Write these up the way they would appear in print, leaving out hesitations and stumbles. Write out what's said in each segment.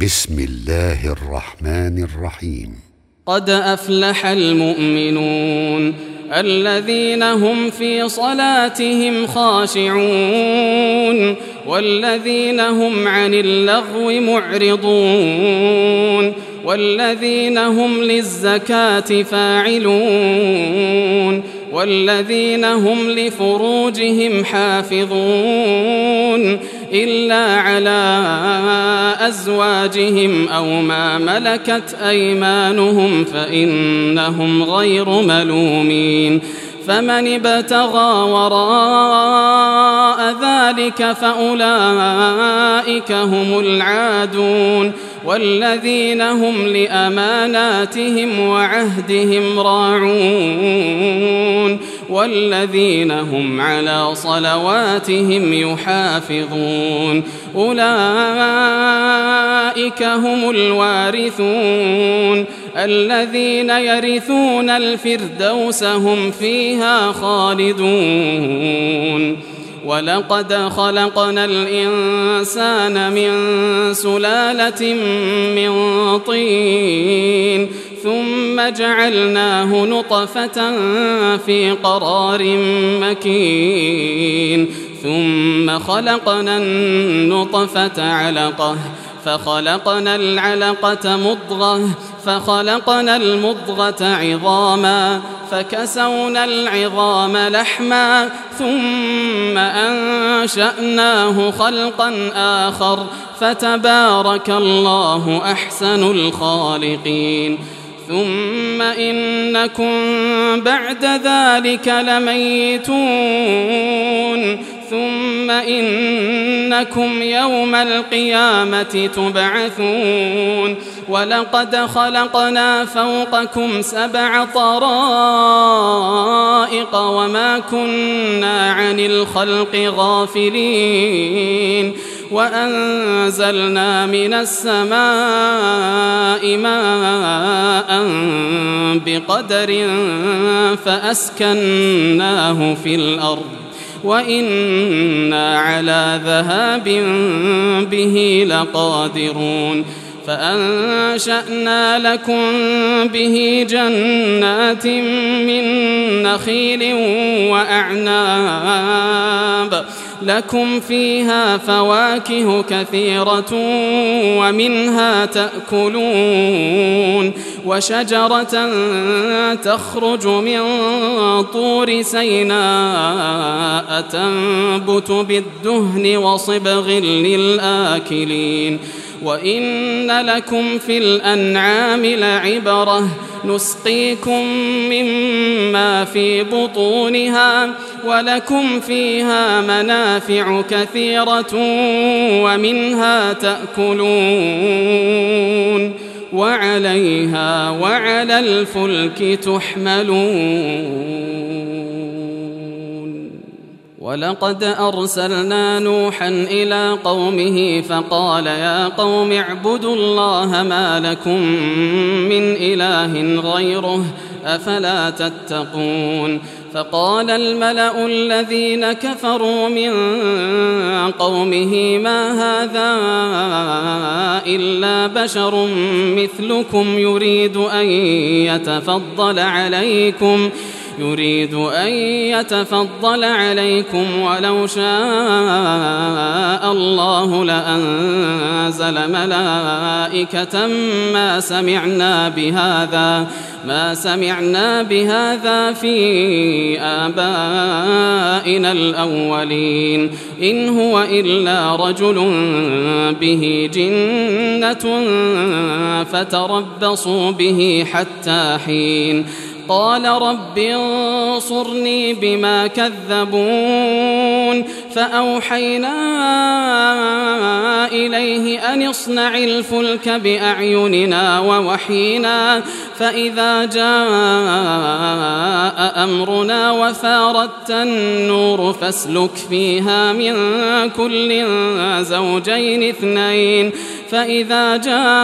بسم الله الرحمن الرحيم. قد أفلح المؤمنون الذين هم في صلاتهم خاشعون والذين هم عن اللغو معرضون والذين هم للزكاة فاعلون والذين هم لفروجهم حافظون إلا على أزواجهم أو ما ملكت أيمانهم فإنهم غير ملومين فمن ابتغى وراء ذلك فأولئك هم العادون والذين هم لأماناتهم وعهدهم راعون والذين هم على صلواتهم يحافظون أولئك هم الوارثون الذين يرثون الفردوس هم فيها خالدون ولقد خلقنا الإنسان من سلالة من طين ثم جعلناه نطفة في قرار مكين ثم خلقنا النطفة علقة فخلقنا العلقة مضغة فخلقنا المضغة عظاما فكسونا العظام لحما ثم أنشأناه خلقا آخر فتبارك الله أحسن الخالقين ثم إنكم بعد ذلك لميتون ثم إنكم يوم القيامة تبعثون ولقد خلقنا فوقكم 7 طرائق وما كنا عن الخلق غافلين وأنزلنا من السماء ماء بقدر فأسكناه في الأرض وإنا على ذهاب به لقادرون فأنشأنا لكم به جنات من نخيل وأعناب لكم فيها فواكه كثيرة ومنها تأكلون وشجرة تخرج من طور سيناء تنبت بالدهن وصبغ للآكلين وإن لكم في الأنعام لعبرة نسقيكم مما في بطونها ولكم فيها منافع كثيرة ومنها تأكلون وعليها وعلى الفلك تحملون ولقد أرسلنا نوحا إلى قومه فقال يا قوم اعبدوا الله ما لكم من إله غيره أفلا تتقون فقال الملأ الذين كفروا من قومه ما هذا إلا بشر مثلكم يريد أن يتفضل عليكم ولو شاء الله لأنزل ملائكة ما سمعنا بهذا في آبائنا الأولين إن هو إلا رجل به جنة فتربصوا به حتى حين قال رب انصرني بما كذبون فأوحينا إليه أن اصنع الفلك بأعيننا ووحينا فإذا جاء أمرنا وفاردت النور فاسلك فيها من كل زوجين 2 فإذا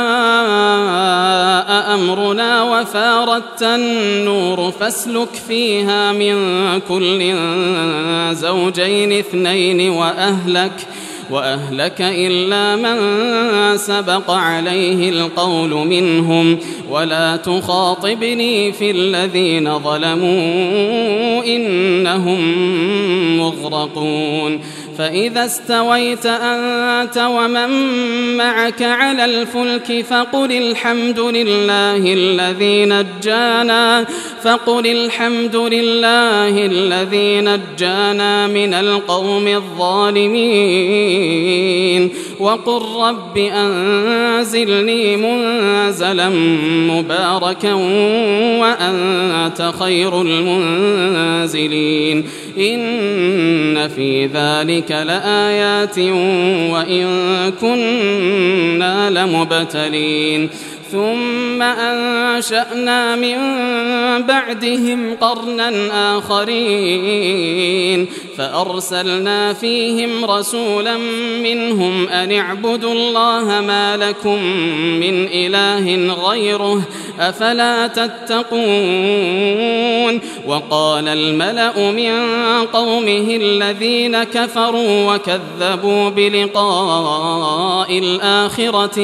جاء أمرنا وفاردت النور فاسلك فيها من كل زوجين 2 وأهلك إلا من سبق عليه القول منهم ولا تخاطبني في الذين ظلموا إنهم مغرقون فإذا استويت أنت ومن معك على الفلك فقل الحمد لله الذي نجانا من القوم الظالمين وقل رب أنزلني منزلا مباركا وأنت خير المنزلين إن في ذلك لآيات وإن كنا لمبتلين ثم أنشأنا من بعدهم قرنا آخرين فأرسلنا فيهم رسولا منهم أن اعبدوا الله ما لكم من إله غيره أفلا تتقون وقال الملأ من قومه الذين كفروا وكذبوا بلقاء الآخرة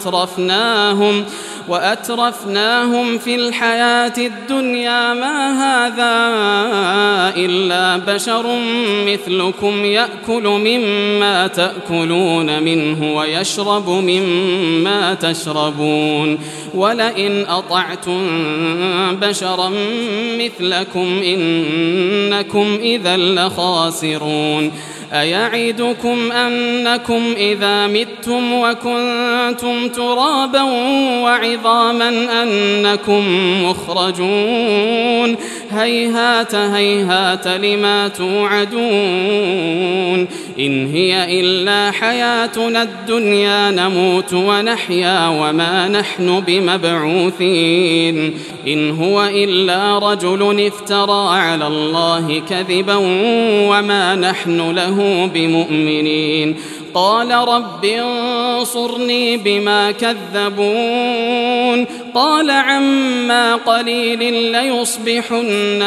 وأترفناهم في الحياة الدنيا ما هذا إلا بشر مثلكم يأكل مما تأكلون منه ويشرب مما تشربون ولئن أطعتم بشرا مثلكم إنكم إذا لخاسرون أيعدكم أنكم إذا متم وكنتم ترابا وعظاما أنكم مخرجون هيهات هيهات لما توعدون إن هي إلا حياتنا الدنيا نموت ونحيا وما نحن بمبعوثين إن هو إلا رجل افترى على الله كذبا وما نحن له بمؤمنين قال رب انصرني بما كذبون قال عما قليل ليصبحن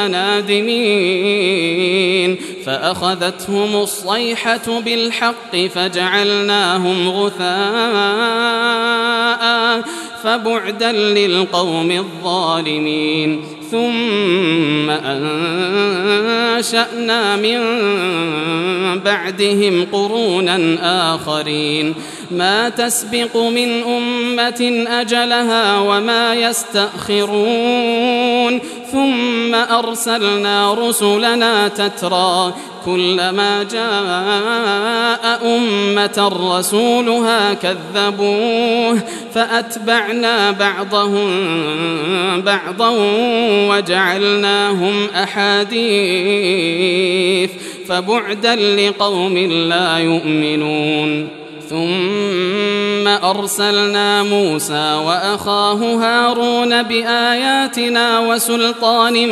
نادمين فأخذتهم الصيحة بالحق فجعلناهم غثاء فبعدا للقوم الظالمين ثم أنشأنا من بعدهم قرونا آخرين ما تسبق من أمة أجلها وما يستأخرون ثم أرسلنا رسلنا تترى كلما جاء أمة رسولها كذبوه فأتبعنا بعضهم بعضا وجعلناهم أحاديث فبعدا لقوم لا يؤمنون ثم أرسلنا موسى وأخاه هارون بآياتنا وسلطان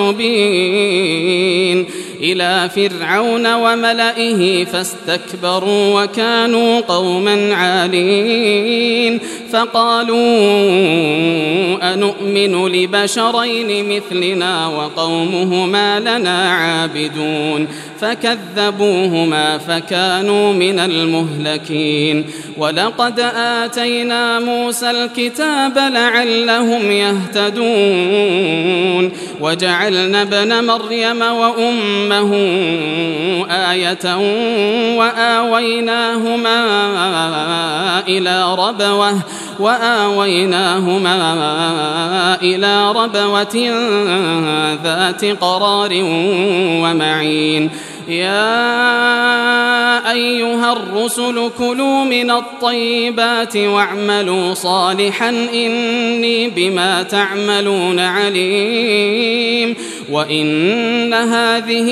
مبين إلى فرعون وملئه فاستكبروا وكانوا قوما عالين فقالوا أنؤمن لبشرين مثلنا وقومهما لنا عابدون فكذبوهما فكانوا من المهلكين ولقد آتينا موسى الكتاب لعلهم يهتدون وجعلنا ابن مريم وأمه آية وآويناهما إلى ربوة ذات قرار ومعين يا أيها الرسل كلوا من الطيبات واعملوا صالحا إني بما تعملون عليم وإن هذه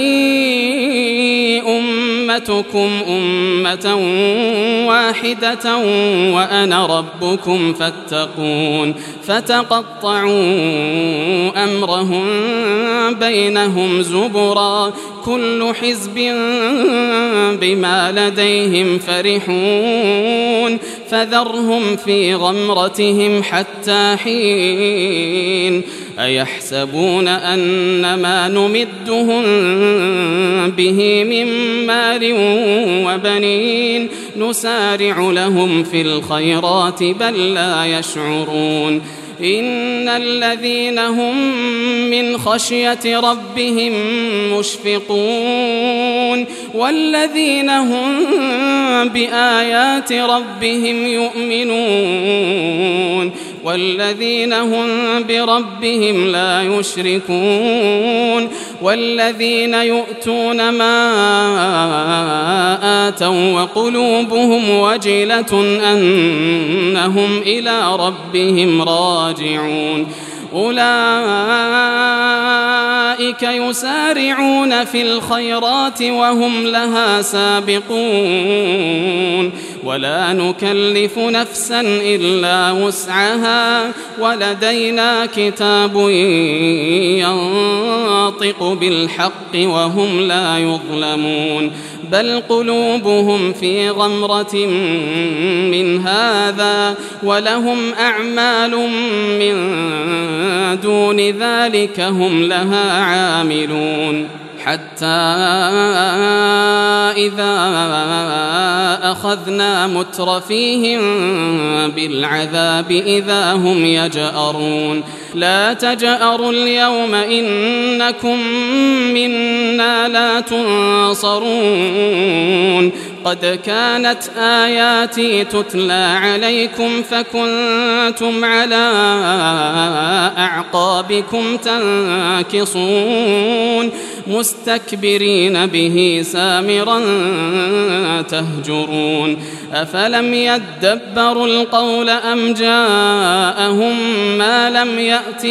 أمتكم أمة واحدة وأنا ربكم فاتقون فتقطعوا أمرهم بينهم زبرا كل حزب بما لديهم فرحون فذرهم في غمرتهم حتى حين أيحسبون أن ما نمدهم به من مال وبنين نسارع لهم في الخيرات بل لا يشعرون إن الذين هم من خشية ربهم مشفقون والذين هم بآيات ربهم يؤمنون والذين هم بربهم لا يشركون والذين يؤتون ما آتوا وقلوبهم وجلة أنهم إلى ربهم راجعون أولئك يسارعون في الخيرات وهم لها سابقون ولا نكلف نفسا إلا وسعها ولدينا كتاب ينطق بالحق وهم لا يظلمون بل قلوبهم في غمرة من هذا ولهم أعمال من دون ذلك هم لها عاملون حتى إذا أخذنا مترفيهم بالعذاب إذا هم يجأرون لا تجأروا اليوم إنكم منا لا تنصرون قد كانت آياتي تتلى عليكم فكنتم على أعقابكم تنكصون مستكبرين به سامرا تهجرون أفلم يدبروا القول أم جاءهم ما لم يأت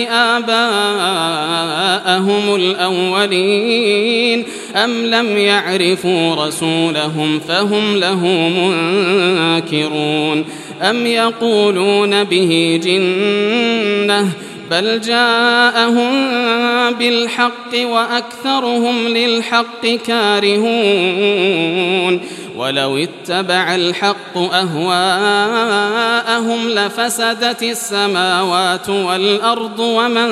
آباءهم الأولين أم لم يعرفوا رسولهم فهم له منكرون أم يقولون به جنة بل جاءهم بالحق وأكثرهم للحق كارهون ولو اتبع الحق أهواءهم لفسدت السماوات والأرض ومن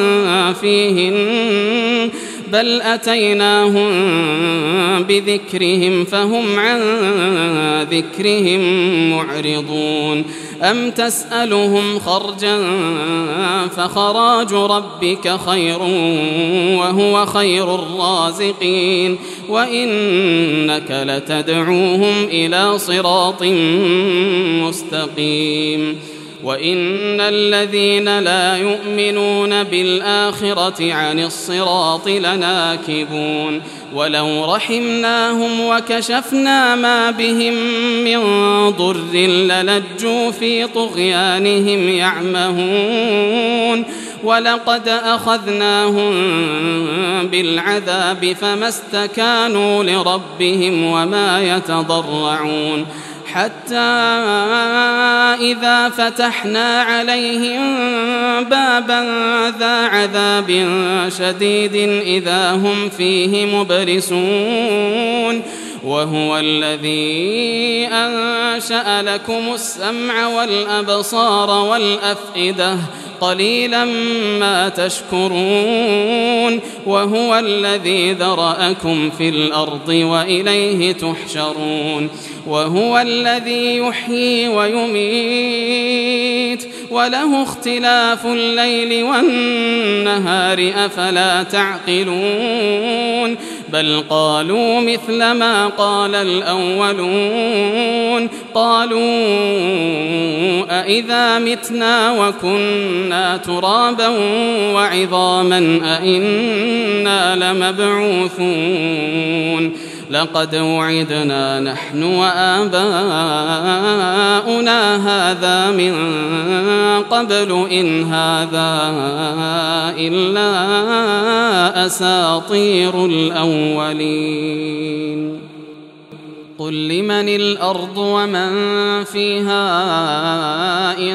فيهن بل أتيناهم بذكرهم فهم عن ذكرهم معرضون أم تسألهم خرجا فخراج ربك خير وهو خير الرازقين وإنك لتدعوهم إلى صراط مستقيم وإن الذين لا يؤمنون بالآخرة عن الصراط لناكبون ولو رحمناهم وكشفنا ما بهم من ضر للجوا في طغيانهم يعمهون ولقد أخذناهم بالعذاب فما استكانوا لربهم وما يتضرعون حتى إذا فتحنا عليهم بابا ذا عذاب شديد إذا هم فيه مبلسون وهو الذي أنشأ لكم السمع والأبصار والأفئدة قليلا ما تشكرون وهو الذي ذرأكم في الأرض وإليه تحشرون وهو الذي يحيي ويميت وله اختلاف الليل والنهار أفلا تعقلون بل قالوا مثل ما قال الأولون قالوا أإذا متنا وكنا ترابا وعظاما أإنا لمبعوثون لقد وعدنا نحن وآباؤنا هذا من قبل إن هذا إلا أساطير الأولين قل لمن الأرض ومن فيها إن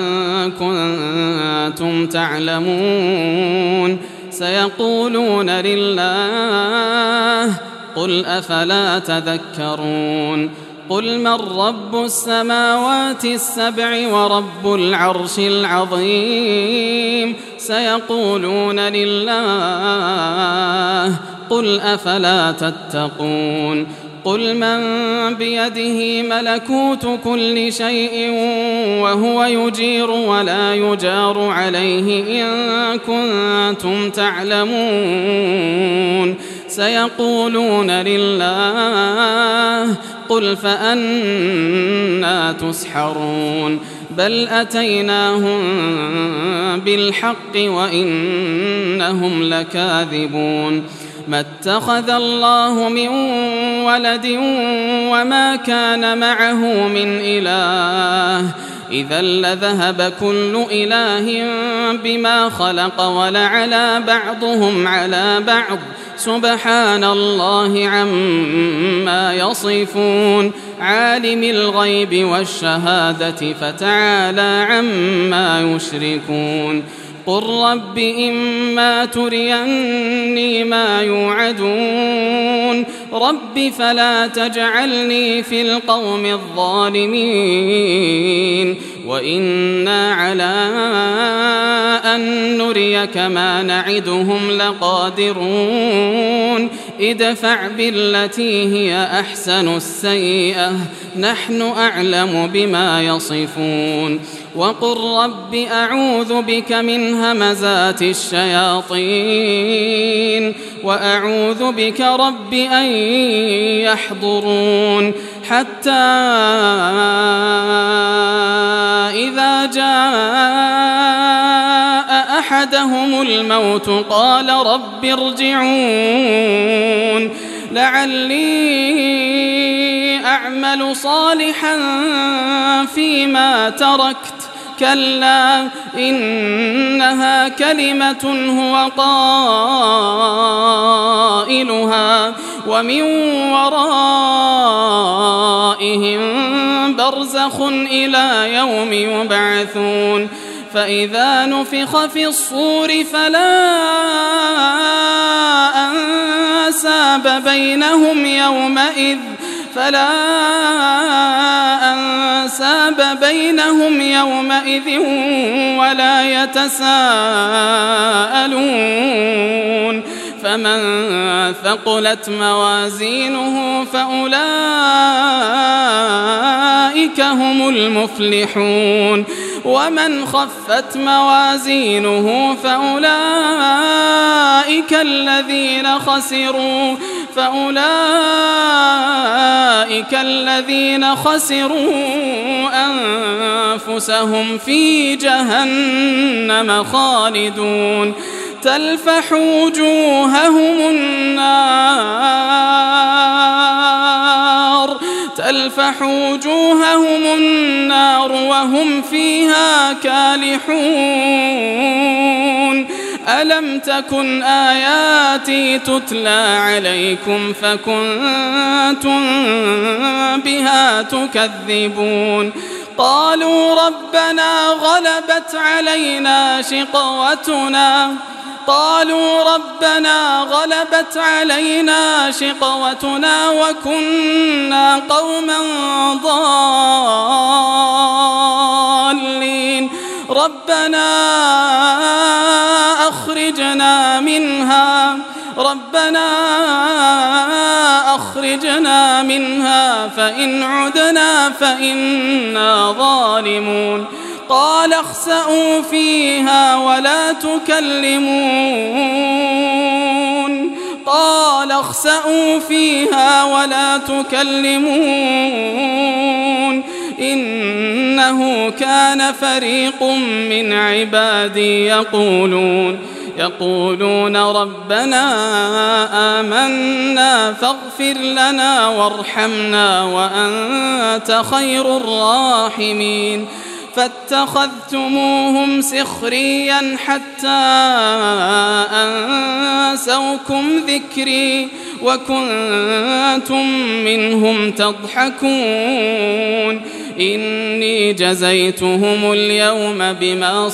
كنتم تعلمون سيقولون لله قل أفلا تذكرون قل من رب السماوات السبع ورب العرش العظيم سيقولون لله قل أفلا تتقون قل من بيده ملكوت كل شيء وهو يجير ولا يجار عليه إن كنتم تعلمون سيقولون لله قل فأنا تسحرون بل أتيناهم بالحق وإنهم لكاذبون ما اتخذ الله من ولد وما كان معه من إله إذا لذهب كل إله بما خلق ولعلى بعضهم على بعض سبحان الله عما يصفون عالم الغيب والشهادة فتعالى عما يشركون قل رب إما تريني ما يوعدون رب فلا تجعلني في القوم الظالمين وإنا على أن نريك ما نعدهم لقادرون ادفع بالتي هي أحسن السيئة نحن أعلم بما يصفون وقل رب أعوذ بك من همزات الشياطين وأعوذ بك رب أن يحضرون حتى إذا جاء أحدهم الموت قال رب ارجعون لعلي أعمل صالحا فيما تركت كلا إنها كلمة هو قائلها ومن ورائهم برزخ إلى يوم يبعثون فإذا نفخ في الصور فلا أنساب بينهم يومئذ ولا يتساءلون فمن ثقلت موازينه فأولئك هم المفلحون ومن خفت موازينه فأولئك الذين خسروا أنفسهم في جهنم خالدون تلفح وجوههم النار وهم فيها كالحون ألم تكن آياتي تتلى عليكم فكنتم بها تكذبون قالوا ربنا غلبت علينا شقوتنا وكنا قوما ضالين ربنا أخرجنا منها فإن عدنا فإنا ظالمون قال اخسئوا فيها ولا تكلمون إنه كان فريق من عبادي يقولون ربنا آمنا فاغفر لنا وارحمنا وأنت خير الراحمين فاتخذتموهم سخريا حتى أنسوكم ذكري وكنتم منهم تضحكون إني جزيتهم اليوم بما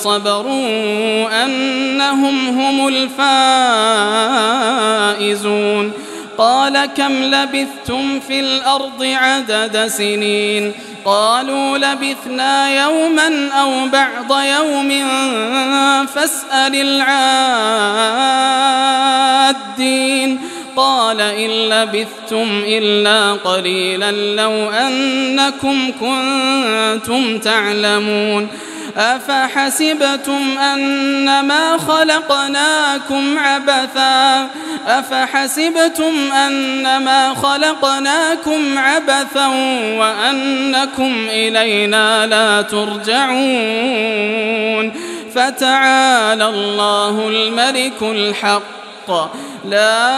صبروا أنهم هم الفائزون قال كم لبثتم في الأرض عدد سنين قالوا لبثنا يوما أو بعض يوم فاسأل العادين قال إن لبثتم إلا قليلا لو أنكم كنتم تعلمون أفحسبتم أنما خلقناكم عبثا وأنكم إلينا لا ترجعون فتعالى الله الملك الحق لا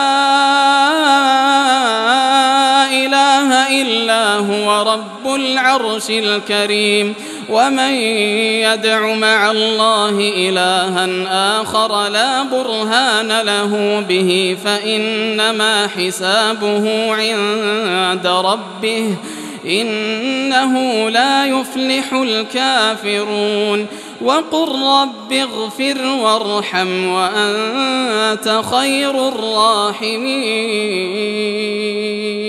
إله إلا هو رب العرش الكريم ومن يدع مع الله إلها آخر لا برهان له به فإنما حسابه عند ربه إنه لا يفلح الكافرون وقل رب اغفر وارحم وأنت خير الراحمين